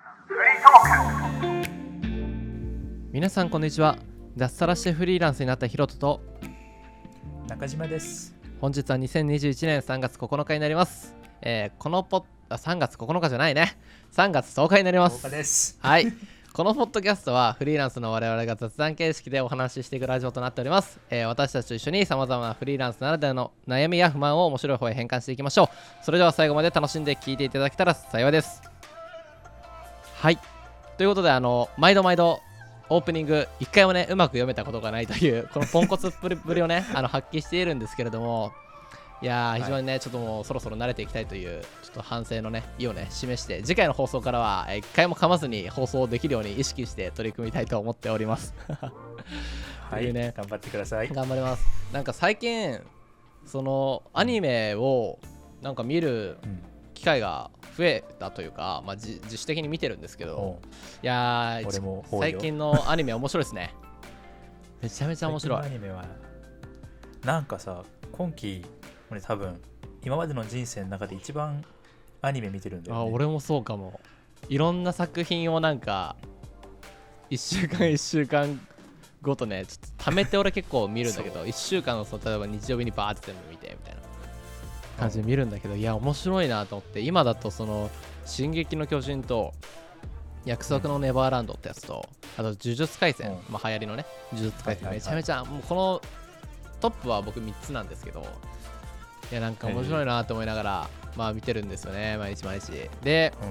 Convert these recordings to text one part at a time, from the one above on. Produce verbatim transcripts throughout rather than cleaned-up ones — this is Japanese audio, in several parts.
フリートーク。 皆さんこんにちは。脱サラしてフリーランスになったヒロトと中島です。 本日はにせんにじゅういちねんさんがつここのかになります。えー、このポッあさんがつここのかじゃないねさんがつとおかになります。 とおかです。 はいこのポッドキャストはフリーランスの我々が雑談形式でお話ししていくラジオとなっております。えー、私たちと一緒に様々なフリーランスならではの悩みや不満を面白い方へ変換していきましょう。それでは最後まで楽しんで聞いていただけたら幸いです。はいということで、あの毎度毎度オープニングいっかいもねうまく読めたことがないというこのポンコツっぷりぶりをねあの発揮しているんですけれども、いやー非常にね、はい、ちょっともうそろそろ慣れていきたいというちょっと反省のね意をね示して、次回の放送からはいっかいも噛まずに放送できるように意識して取り組みたいと思っておりますはい、ね、頑張ってください。 頑張ります。なんか最近そのアニメをなんか見る機会が増えたというか、まあ、自主的に見てるんですけど、いやー俺も最近のアニメ面白いですねめちゃめちゃ面白い。 最近のアニメはなんかさ、今期俺多分今までの人生の中で一番アニメ見てるんだよね。 あ、俺もそうかも。いろんな作品をなんかいっしゅうかんいっしゅうかんごとねちょっと貯めて俺結構見るんだけどいっしゅうかんのその例えば日曜日にバーって全部見てみたいな感じで見るんだけど、いや面白いなと思って、今だとその進撃の巨人と約束のネバーランドってやつと、あと呪術廻戦、うんまあ、流行りのね呪術廻戦めちゃめちゃ、もうこのトップは僕みっつなんですけど、いやなんか面白いなと思いながら、まあ見てるんですよね毎日毎日で、うん、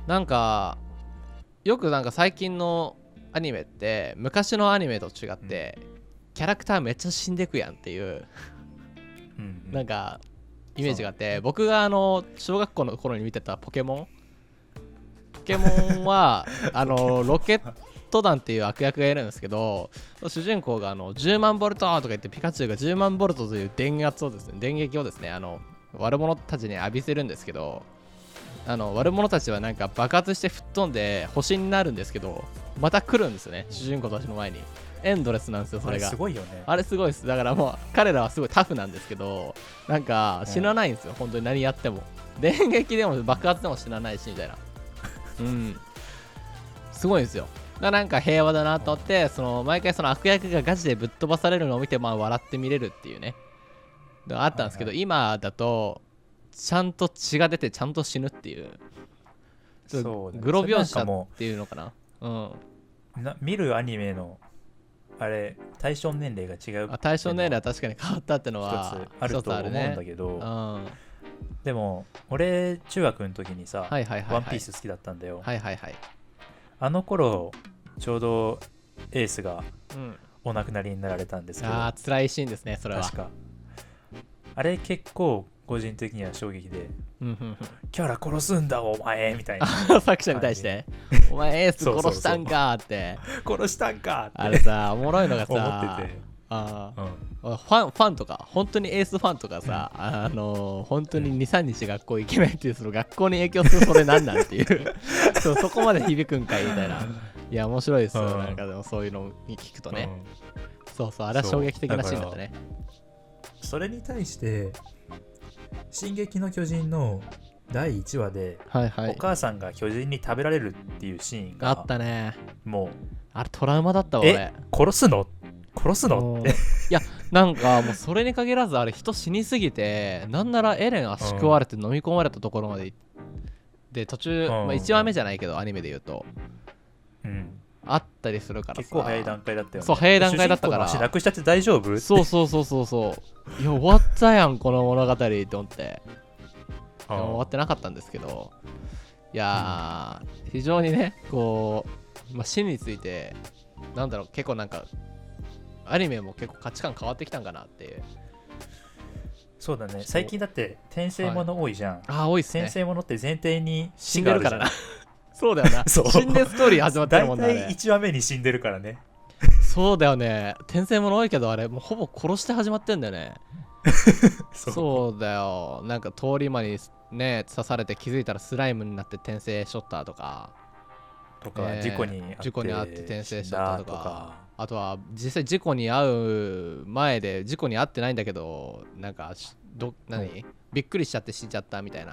なんかよくなんか最近のアニメって昔のアニメと違って、うん、キャラクターめっちゃ死んでくやんっていう、うんうん、なんかイメージがあって、僕があの小学校の頃に見てたポケモンポケモンはあのロケット団っていう悪役がいるんですけど、主人公があのじゅうまんボルトとか言ってピカチュウがじゅうまんボルトという電圧をですね電撃をですねあの悪者たちに浴びせるんですけど、あの悪者たちはなんか爆発して吹っ飛んで星になるんですけどまた来るんですよね、主人公たちの前に。エンドレスなんですよそれが。 あれすごいよね。 あれすごいです。だからもう彼らはすごいタフなんですけど、なんか死なないんですよ、うん、本当に何やっても。電撃でも爆発でも死なないしみたいなうんすごいんですよ。だからなんか平和だなと思って、その毎回その悪役がガチでぶっ飛ばされるのを見てまあ笑って見れるっていうねあったんですけど、はいはい、今だとちゃんと血が出てちゃんと死ぬっていう、そうグロ描写っていうのかな、うんな見るアニメのあれ対象年齢が違う。 あ、対象年齢は確かに変わったってのは一つあると思うんだけど、 ね、うん、 でも俺中学の時にさ、 はいはいはいはい、 ワンピース好きだったんだよ。 はいはいはい。 あの頃ちょうどエースがお亡くなりになられたんですけど、 うん、あー辛いシーンですねそれは。 確かあれ結構個人的には衝撃で、キャラ殺すんだお前みたいな作者に対してお前エース殺したんかって殺したんかってあれさおもろいのがさ思ってて、 あ、うん、ファンファンとか本当にエースファンとかさ、うん、あのー、本当に にさんにち学校行けないっていう、その学校に影響するそれなんなんっていうそうそこまで響くんかいみたいな。いや面白いですよ、うん、なんかでもそういうのに聞くとね、うん、そうそうあれは衝撃的なシーンだったね。 それに対して進撃の巨人のだいいちわで、はいはい、お母さんが巨人に食べられるっていうシーンがあったね。 もうあれトラウマだったわえ俺。 殺すの殺すのっていやなんかもうそれに限らずあれ人死にすぎて、なんならエレン足食われて飲み込まれたところまでで途中、まあ、いちわめじゃないけどアニメで言うと、うん、あったりするからさ。 結構早い段階だったよね。 そう早い段階だったから。 主人公の足なくしちゃって大丈夫？ そうそうそうそうそういや終わったやんこの物語って思って。でも終わってなかったんですけど、いやー、うん、非常にねこう、まあ、死についてなんだろう結構なんかアニメも結構価値観変わってきたんかなっていう。 そうだね、最近だって転生もの多いじゃん、はい、 あ多いっすね。 転生ものって前提に死んでるからなそうだよな死んでストーリー始まってるもんね。 大体いちわめに死んでるからねそうだよね、転生もの多いけどあれもうほぼ殺して始まってんだよねそう、そうだよ、なんか通り魔にね刺されて気づいたらスライムになって転生しとったとかとか、えー、事故に事故に遭って転生しちゃったとか、あとは実際事故に遭う前で事故に遭ってないんだけどなんかど何、うん、びっくりしちゃって死んじゃったみたいな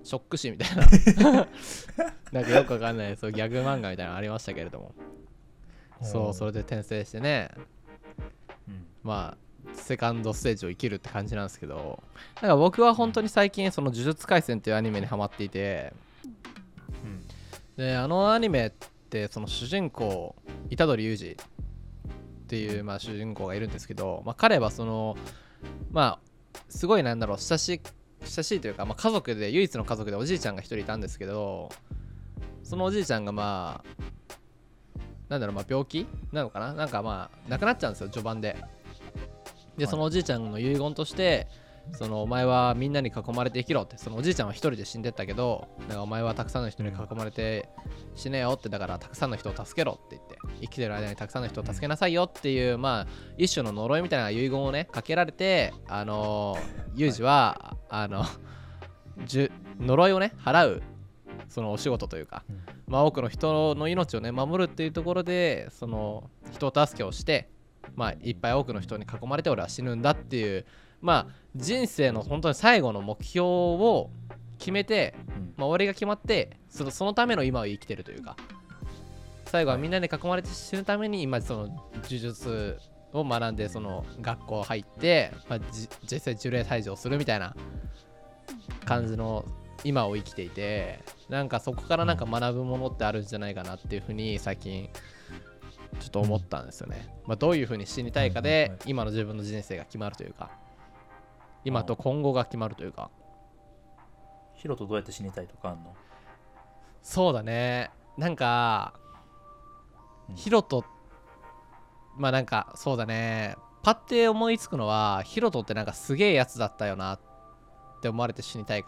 ショック死みたいななんかよくわかんないそうギャグ漫画みたいなのありましたけれども、そうそれで転生してね、うん、まあセカンドステージを生きるって感じなんですけど、なんか僕は本当に最近その呪術廻戦っていうアニメにハマっていて、うん、であのアニメってその主人公虎杖裕二っていうまあ主人公がいるんですけど、まあ、彼はそのまあすごいなんだろう親しい親しいというか、まあ、家族で唯一の家族でおじいちゃんが一人いたんですけど、そのおじいちゃんがまあなんだろうまあ病気なのかな、なんかまあ亡くなっちゃうんですよ序盤で。でそのおじいちゃんの遺言としてそのお前はみんなに囲まれて生きろって、そのおじいちゃんは一人で死んでったけどなんかお前はたくさんの人に囲まれて死ねよって、だからたくさんの人を助けろって言って生きてる間にたくさんの人を助けなさいよっていうまあ一種の呪いみたいな遺言をねかけられて、あのユージはあの呪いをね払うそのお仕事というか、まあ多くの人の命をね守るっていうところでその人助けをしてまあいっぱい多くの人に囲まれて俺は死ぬんだっていうまあ人生の本当に最後の目標を決めて、まあ、俺が決まってその、そのための今を生きてるというか、最後はみんなに囲まれて死ぬために今その呪術を学んでその学校入って、まあ、実際呪霊退治をするみたいな感じの今を生きていて、なんかそこからなんか学ぶものってあるんじゃないかなっていうふうに最近ちょっと思ったんですよね。まあ、どういうふうに死にたいかで今の自分の人生が決まるというか、今と今後が決まるというか。 ヒロとどうやって死にたいとかあんの？ そうだね、なんか、うん、ヒロとまあなんかそうだね、パッて思いつくのはヒロトってなんかすげえやつだったよなって思われて死にたいから、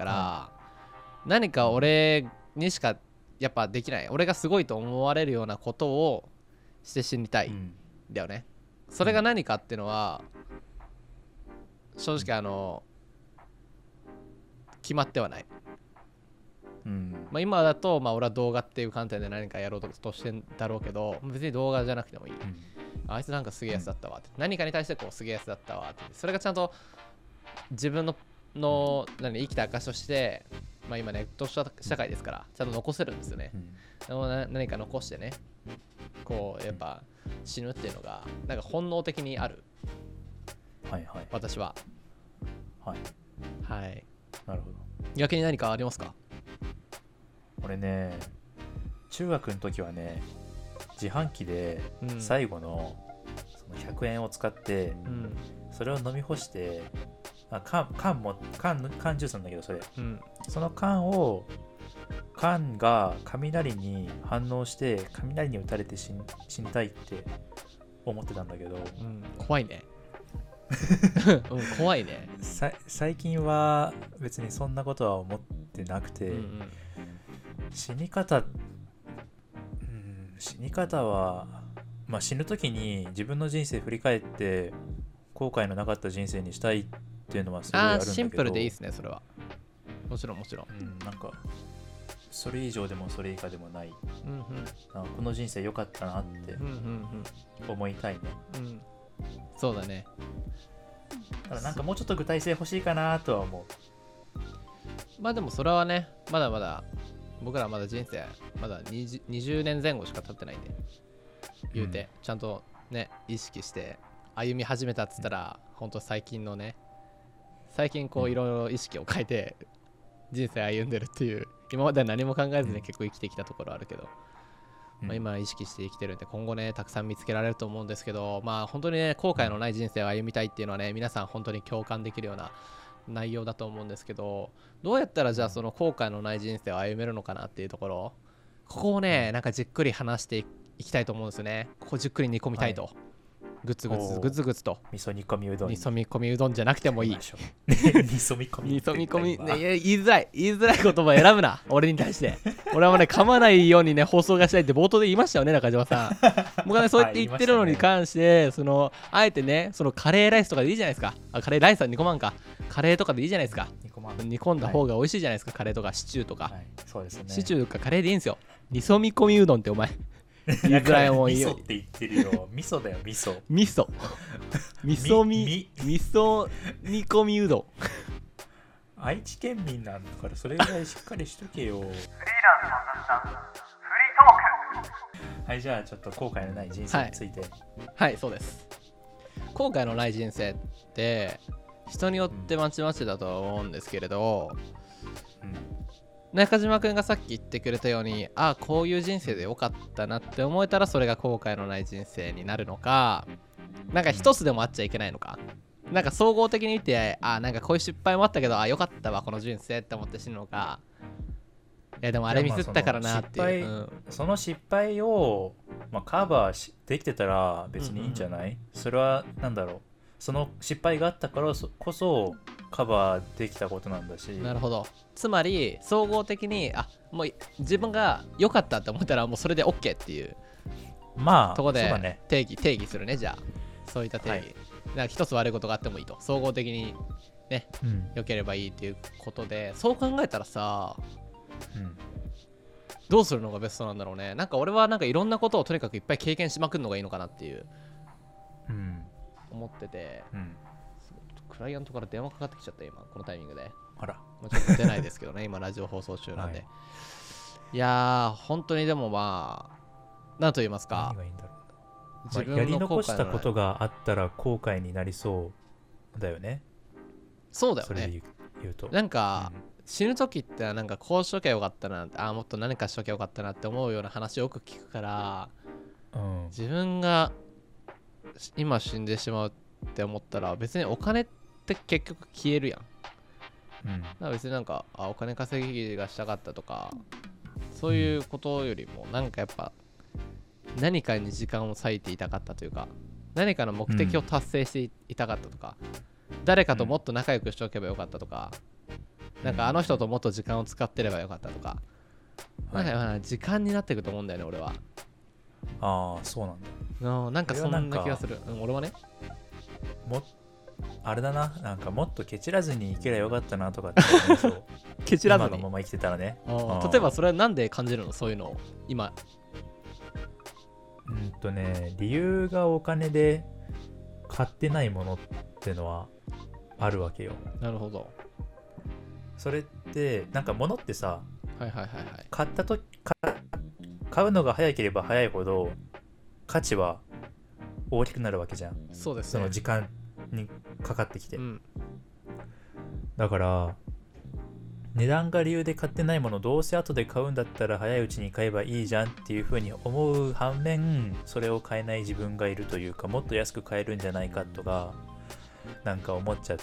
うん、何か俺にしかやっぱできない、俺がすごいと思われるようなことをして死にたいんだよね、うん、それが何かっていうのは正直あの決まってはない、うんまあ、今だとまあ俺は動画っていう観点で何かやろうとしてんだろうけど、別に動画じゃなくてもいい、うん、あいつなんかすげえやつだったわって、うん、何かに対してこうすげえやつだったわって、それがちゃんと自分のの何生きた証として、まあ、今ネット社会ですからちゃんと残せるんですよね、うん、な何か残してねこうやっぱ死ぬっていうのがなんか本能的にある、 はいはい、 私ははいはいなるほど。 逆に何かありますか？ 俺ね中学の時はね自販機で最後のそのひゃくえんを使って、うん、それを飲み干してあ缶缶も缶缶ジュースなんだけどそれ、うん、その缶を缶が雷に反応して雷に打たれて死に、死にたいって思ってたんだけど、 うん、怖いねうん、怖いね。 さ最近は別にそんなことは思ってなくて、うんうん、死に方、うん、死に方は、まあ、死ぬ時に自分の人生振り返って後悔のなかった人生にしたいっていうのはすごいあるんだけど、 あシンプルでいいですねそれは。もちろんもちろん、 うん、なんかそれ以上でもそれ以下でもない、うんうん、あこの人生良かったなって思いたいね、うんうんうん、 そうだね。 ただなんかもうちょっと具体性欲しいかなとは思う。 まあでもそれはねまだまだ僕らまだ人生まだにじゅうねんぜん後しか経ってないんで言うて、うん、ちゃんとね意識して歩み始めたっつったら、うん、ほんと最近のね最近こういろいろ意識を変えて人生歩んでるっていう、今までは何も考えずに結構生きてきたところあるけど、まあ、今は意識して生きてるんで今後ねたくさん見つけられると思うんですけど、まあ本当にね後悔のない人生を歩みたいっていうのはね皆さん本当に共感できるような内容だと思うんですけど、どうやったらじゃあその後悔のない人生を歩めるのかなっていうところ、ここをねなんかじっくり話していきたいと思うんですよね。ここじっくり煮込みたいと、はい、グツグツグツグツと味噌煮込みうどん味噌煮込みうどんじゃなくてもいい味噌煮込み味噌煮込み、ね、言いづらい言いづらい言葉選ぶな俺に対して。俺はもうね噛まないようにね放送がしたいって冒頭で言いましたよね中島さん。僕はねそうやって言ってるのに関して、はいね、そのあえてねそのカレーライスとかでいいじゃないですか。あカレーライスは煮込まんかカレーとかでいいじゃないですか。煮込まん煮込んだ方が美味しいじゃないですか、はい、カレーとかシチューとか、はい、 そうですね、 シチューとかカレーでいいんですよ。味噌煮込みうどんってお前言いづらいもんいいよ。味噌って言ってるよ。味噌だよ味噌。 味噌。味噌み味噌煮込みうどん。 愛知県民なんだからそれぐらいしっかりしとけよ。 フリーランスを雑談フリートーク。 はい、じゃあちょっと後悔のない人生について。 はい、はい、そうです。後悔のない人生って人によってまちまちだとは思うんですけれど、うん、中島くんがさっき言ってくれたように、ああこういう人生でよかったなって思えたらそれが後悔のない人生になるのか、なんか一つでもあっちゃいけないのか、なんか総合的に見て、ああなんかこういう失敗もあったけど、ああよかったわこの人生って思って死ぬのか、いやでもあれミスったからなっていう、 その失敗、うん、その失敗を、まあ、カバーしできてたら別にいいんじゃない、うんうん、それはなんだろう、その失敗があったからこそカバーできたことなんだし。 なるほど。つまり総合的にあもう自分が良かったって思ったらもうそれで OK っていうまあとこでね、 定義定義するね。じゃあそういった定義、はい、だから一つ悪いことがあってもいいと、総合的にね、うん、良ければいいっていうことで、そう考えたらさ、うん、どうするのがベストなんだろうね。なんか俺はなんかいろんなことをとにかくいっぱい経験しまくるのがいいのかなっていう、うん、思ってて、うん、クライアントから電話かかってきちゃった今このタイミングで。 あら、 もうちょっと出ないですけどね今ラジオ放送中なんで、はい、いやー本当にでもまあなんと言いますか、 何がいいんだろう、自分のやり残したことがあったら後悔になりそうだよね。 そうだよね。 それで言うとなんか、うん、死ぬ時ってなんかこうしときゃよかったな、あもっと何かしときゃよかったなって思うような話をよく聞くから、うん、自分が今死んでしまうって思ったら別にお金って結局消えるやん。うん、だから別になんかあお金稼ぎがしたかったとかそういうことよりもなんかやっぱ何かに時間を割いていたかったというか、何かの目的を達成していたかったとか、うん、誰かともっと仲良くしておけばよかったとか、うん、なんかあの人ともっと時間を使ってればよかったとか、うん、なんか時間になっていくと思うんだよね俺は。 ああそうなんだ。 のなんかそんな気がする、うん、俺はね。 もあれだな、なんかもっとケチらずに生きればよかったなとかって思いそう。 ケチらずに今のまま生きてたらね。 例えばそれはなんで感じるの、そういうのを今。 うんとね、理由がお金で買ってないものってのはあるわけよ。 なるほど。 それってなんか物ってさ、 はいはいはいはい、 買ったと買うのが早ければ早いほど価値は大きくなるわけじゃん。 そうですね。 その時間にかかってきて、うん、だから値段が理由で買ってないものどうせ後で買うんだったら早いうちに買えばいいじゃんっていう風に思う反面、それを買えない自分がいるというか、もっと安く買えるんじゃないかとかなんか思っちゃって。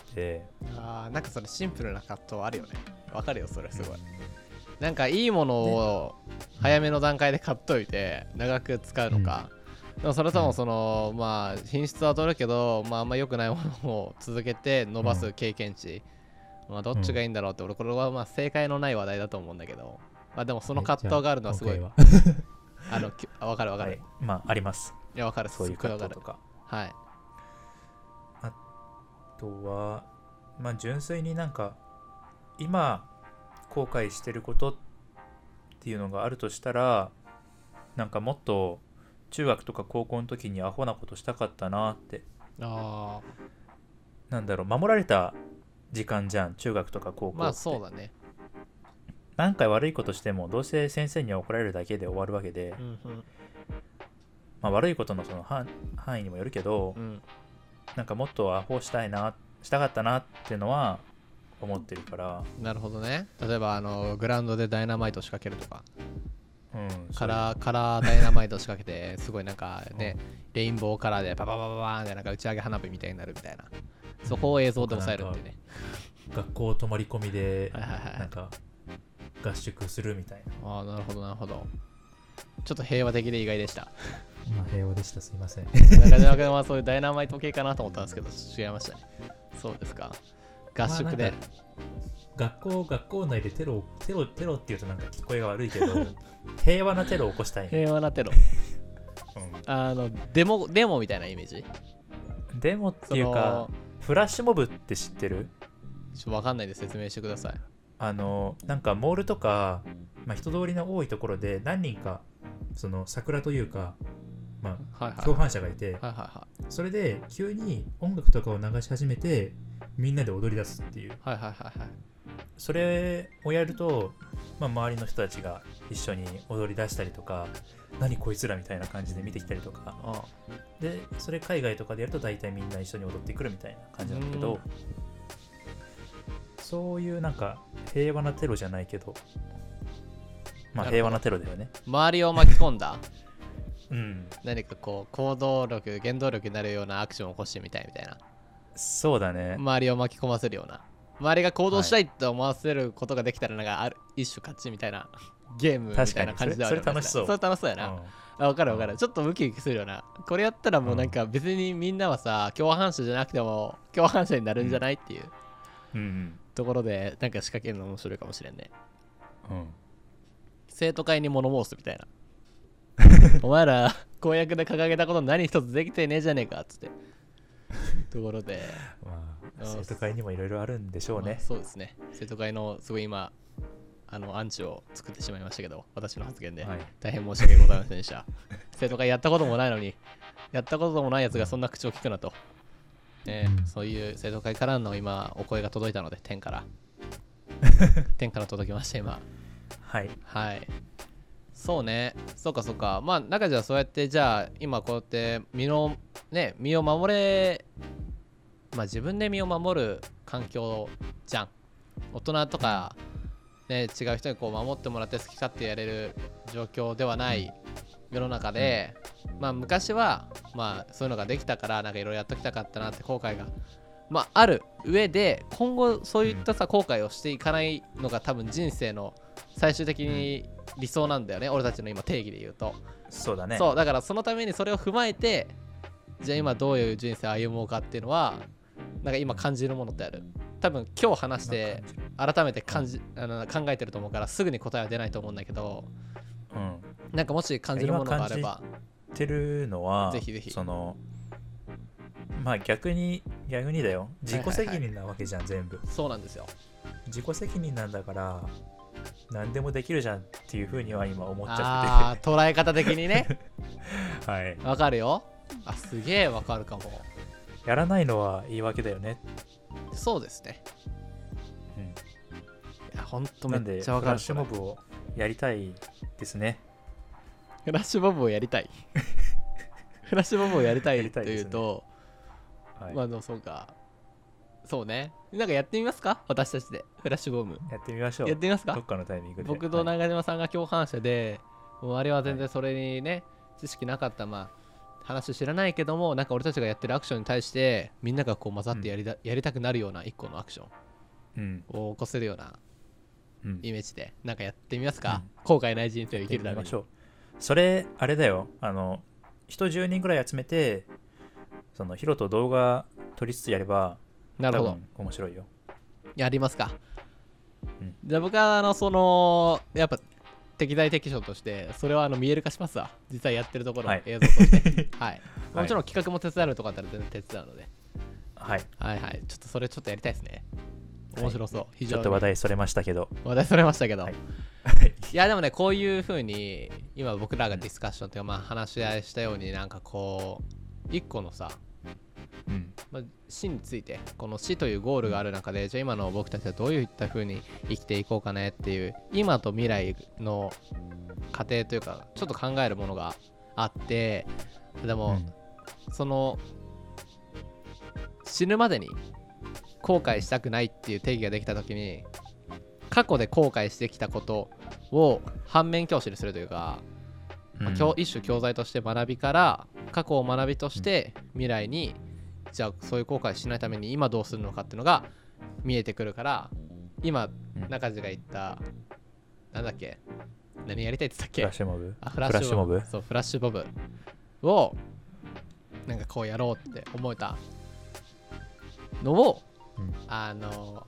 あーなんかそれシンプルな葛藤あるよね。わかるよそれすごい、うん、なんかいいものを早めの段階で買っといて長く使うのか、うん、でもそれともその、うん、まあ品質は取るけど、まあ、あんま良くないものを続けて伸ばす経験値、うん、まあどっちがいいんだろうって、俺これはまあ正解のない話題だと思うんだけど、まあでもその葛藤があるのはすごいあのあ分かる分かる、はい、 まああります。 いや分かる、 そういう葛藤とか。 はい。 あとはまあ純粋になんか今後悔してることっていうのがあるとしたら、なんかもっと中学とか高校の時にアホなことしたかったなって。 あなんだろう、守られた時間じゃん中学とか高校って。 まあそうだね。 何回悪いことしてもどうせ先生には怒られるだけで終わるわけで、うんうん、まあ悪いことのその範囲にもよるけど、うん、なんかもっとアホしたいなしたかったなっていうのは思ってるから。 なるほどね。例えばあのグラウンドでダイナマイト仕掛けるとか、うん、カラーカラーダイナマイト仕掛けてすごいなんかね、うん、レインボーカラーでバババババーンでなんか打ち上げ花火みたいになるみたいな、そこを映像で抑えるっていうね。 学校泊まり込みでなんか合宿するみたいな。 ああなるほどなるほど。ちょっと平和的で意外でした。 まあ平和でした、すいません。 中島君はそういうダイナマイト系かなと思ったんですけど違いましたね。そうですか。合宿で、 まあ、学校学校内でテロテロテロっていうとなんか聞こえが悪いけど平和なテロを起こしたい、ね、 平和なテロ、うん、あのデモデモみたいなイメージ。 デモっていうかフラッシュモブって知ってる？ ちょっと分かんないで説明してください。 あのなんかモールとか、まあ、人通りの多いところで何人かその桜というか、まあ、はいはい、共犯者がいて、はいはいはい、それで急に音楽とかを流し始めてみんなで踊り出すっていう。 はいはいはいはい。 それをやると、まあ、周りの人たちが一緒に踊り出したりとか、何こいつらみたいな感じで見てきたりとか、 あでそれ海外とかでやると大体みんな一緒に踊ってくるみたいな感じなんだけど、そういうなんか平和なテロじゃないけど、まあ平和なテロだよね。 周りを巻き込んだうん何かこう行動力原動力になるようなアクションを起こしてみたいみたいな、 そうだね。 周りを巻き込ませるような、周りが行動したいって思わせることができたらなんかある一種勝ちみたいなゲームみたいな感じではあるよね。 それそれ楽しそう。 それ楽しそうやな、 うんあ、分かる分かる、ちょっとウキウキするよな。これやったらもうなんか別にみんなはさ共犯者じゃなくても共犯者になるんじゃないっていううんうんところでなんか仕掛けるの面白いかもしれんね。 うん生徒会に物申すみたいなお前ら公約で掲げたこと何一つできてねえじゃねえかっつってところで、 まあ、 あ生徒会にもいろいろあるんでしょうね、 まあ、そうですね。生徒会のすごい今あのアンチを作ってしまいましたけど、私の発言で、 はい、 大変申し訳ございませんでした生徒会やったこともないのにやったこともないやつがそんな口を聞くなと、ね、そういう生徒会からの今お声が届いたので天から天から届きました今。 はいはいそうね、そうかそうか。まあ中じゃそうやってじゃあ今こうやって身のね身を守れ、まあ自分で身を守る環境じゃん。大人とかね違う人にこう守ってもらって好き勝手やれる状況ではない世の中で、まあ昔はまあそういうのができたからなんかいろいろやっときたかったなって後悔がまあある上で、今後そういったさ後悔をしていかないのが多分人生の最終的に理想なんだよね、俺たちの今定義で言うと。 そうだね。 そうだからそのためにそれを踏まえてじゃあ今どういう人生を歩もうかっていうのはなんか今感じるものってある。多分今日話して改めて感じあの考えてると思うからすぐに答えは出ないと思うんだけど、 うん、 なんかもし感じるものがあればてるのはぜひぜひ。 そのまあ逆に逆にだよ、自己責任なわけじゃん、はいはいはい、全部そうなんですよ。 自己責任なんだから何でもできるじゃんっていうふうには今思っちゃってて、 あー捉え方的にねはいわかるよ。あすげえわかるかも。 やらないのは言い訳だよね。 そうですね、 うん、 いやほんとめっちゃわかる。 フラッシュモブをやりたいですね。 フラッシュモブをやりたいフラッシュモブをやりたいというと、 はい、 まあでもそうか、そうね、なんかやってみますか私たちでフラッシュボムやってみましょう。 やってみますか。 どっかのタイミングで。 僕と長島さんが共犯者で、はい、もうあれは全然それにね、はい、知識なかったまあ話知らないけども、なんか俺たちがやってるアクションに対してみんながこう混ざってやりだ、うん、やりたくなるような一個のアクションを起こせるようなイメージで、うん、なんかやってみますか、うん、後悔ない人生を生きるために。 それあれだよ、あの人じゅうにんぐらい集めてそのヒロと動画撮りつつやればなるほど面白いよ。やりますか、うん、じゃあ僕はあのそのやっぱ適材適所としてそれはあの見える化しますわ、実際やってるところの映像として、はいはい、もちろん企画も手伝うとかだったら全然手伝うので、はい、はいはいちょっとそれちょっとやりたいですね。面白そう、はい、非常にちょっと話題それましたけど話題それましたけど、はい、いやでもねこういう風に今僕らがディスカッションというかまあ話し合いしたようになんかこう一個のさ、うんまあ、死についてこの死というゴールがある中でじゃあ今の僕たちはどういった風に生きていこうかねっていう今と未来の過程というかちょっと考えるものがあって、でも、うん、その死ぬまでに後悔したくないっていう定義ができた時に過去で後悔してきたことを反面教師にするというか、うんまあ、一種教材として学びから過去を学びとして未来にじゃあそういう後悔しないために今どうするのかっていうのが見えてくるから、今中地が言ったなんだっけ何やりたいって言ったっけ、 フラッシュモブあフラッシュモブそうフラッシュモブをなんかこうやろうって思えたのを、うん、あの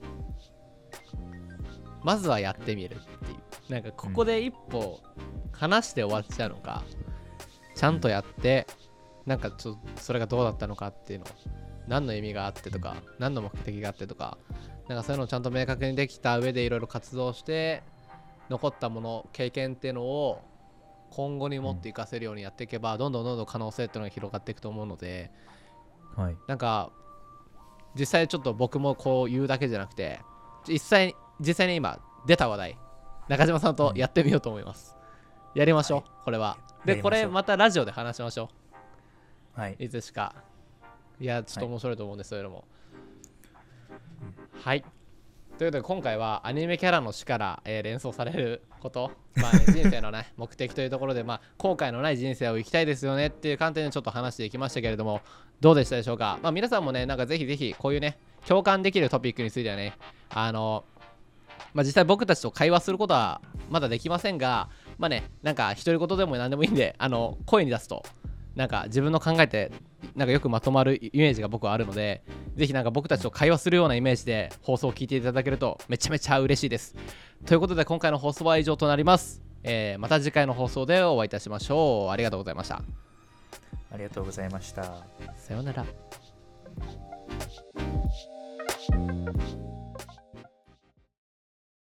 まずはやってみるっていうなんかここで一歩話して終わっちゃうのか、うん、ちゃんとやってなんかちょっとそれがどうだったのかっていうの何の意味があってとか何の目的があってとかなんかそういうのをちゃんと明確にできた上でいろいろ活動して残ったもの経験っていうのを今後に持っていかせるようにやっていけば、うん、どんどんどんどん可能性っていうのが広がっていくと思うので、はい、なんか実際ちょっと僕もこう言うだけじゃなくて実際実際に今出た話題中島さんとやってみようと思います、うん、やりましょう、はい、これはでこれまたラジオで話しましょう、はい、いつしか。いやちょっと面白いと思うんで、はい、そういうのも、うん、はい。ということで今回はアニメキャラの死から、えー、連想されること、まあね、人生のね目的というところで、まあ、後悔のない人生を生きたいですよねっていう観点でちょっと話していきましたけれども、どうでしたでしょうか。まあ、皆さんもねなんかぜひぜひこういうね共感できるトピックについてはねあのまあ、実際僕たちと会話することはまだできませんが、まあねなんか独り言でも何でもいいんであの声に出すとなんか自分の考えてなんかよくまとまるイメージが僕はあるので、ぜひなんか僕たちと会話するようなイメージで放送を聞いていただけるとめちゃめちゃ嬉しいです。ということで今回の放送は以上となります、えー、また次回の放送でお会いいたしましょう。ありがとうございました。 ありがとうございました。 さようなら。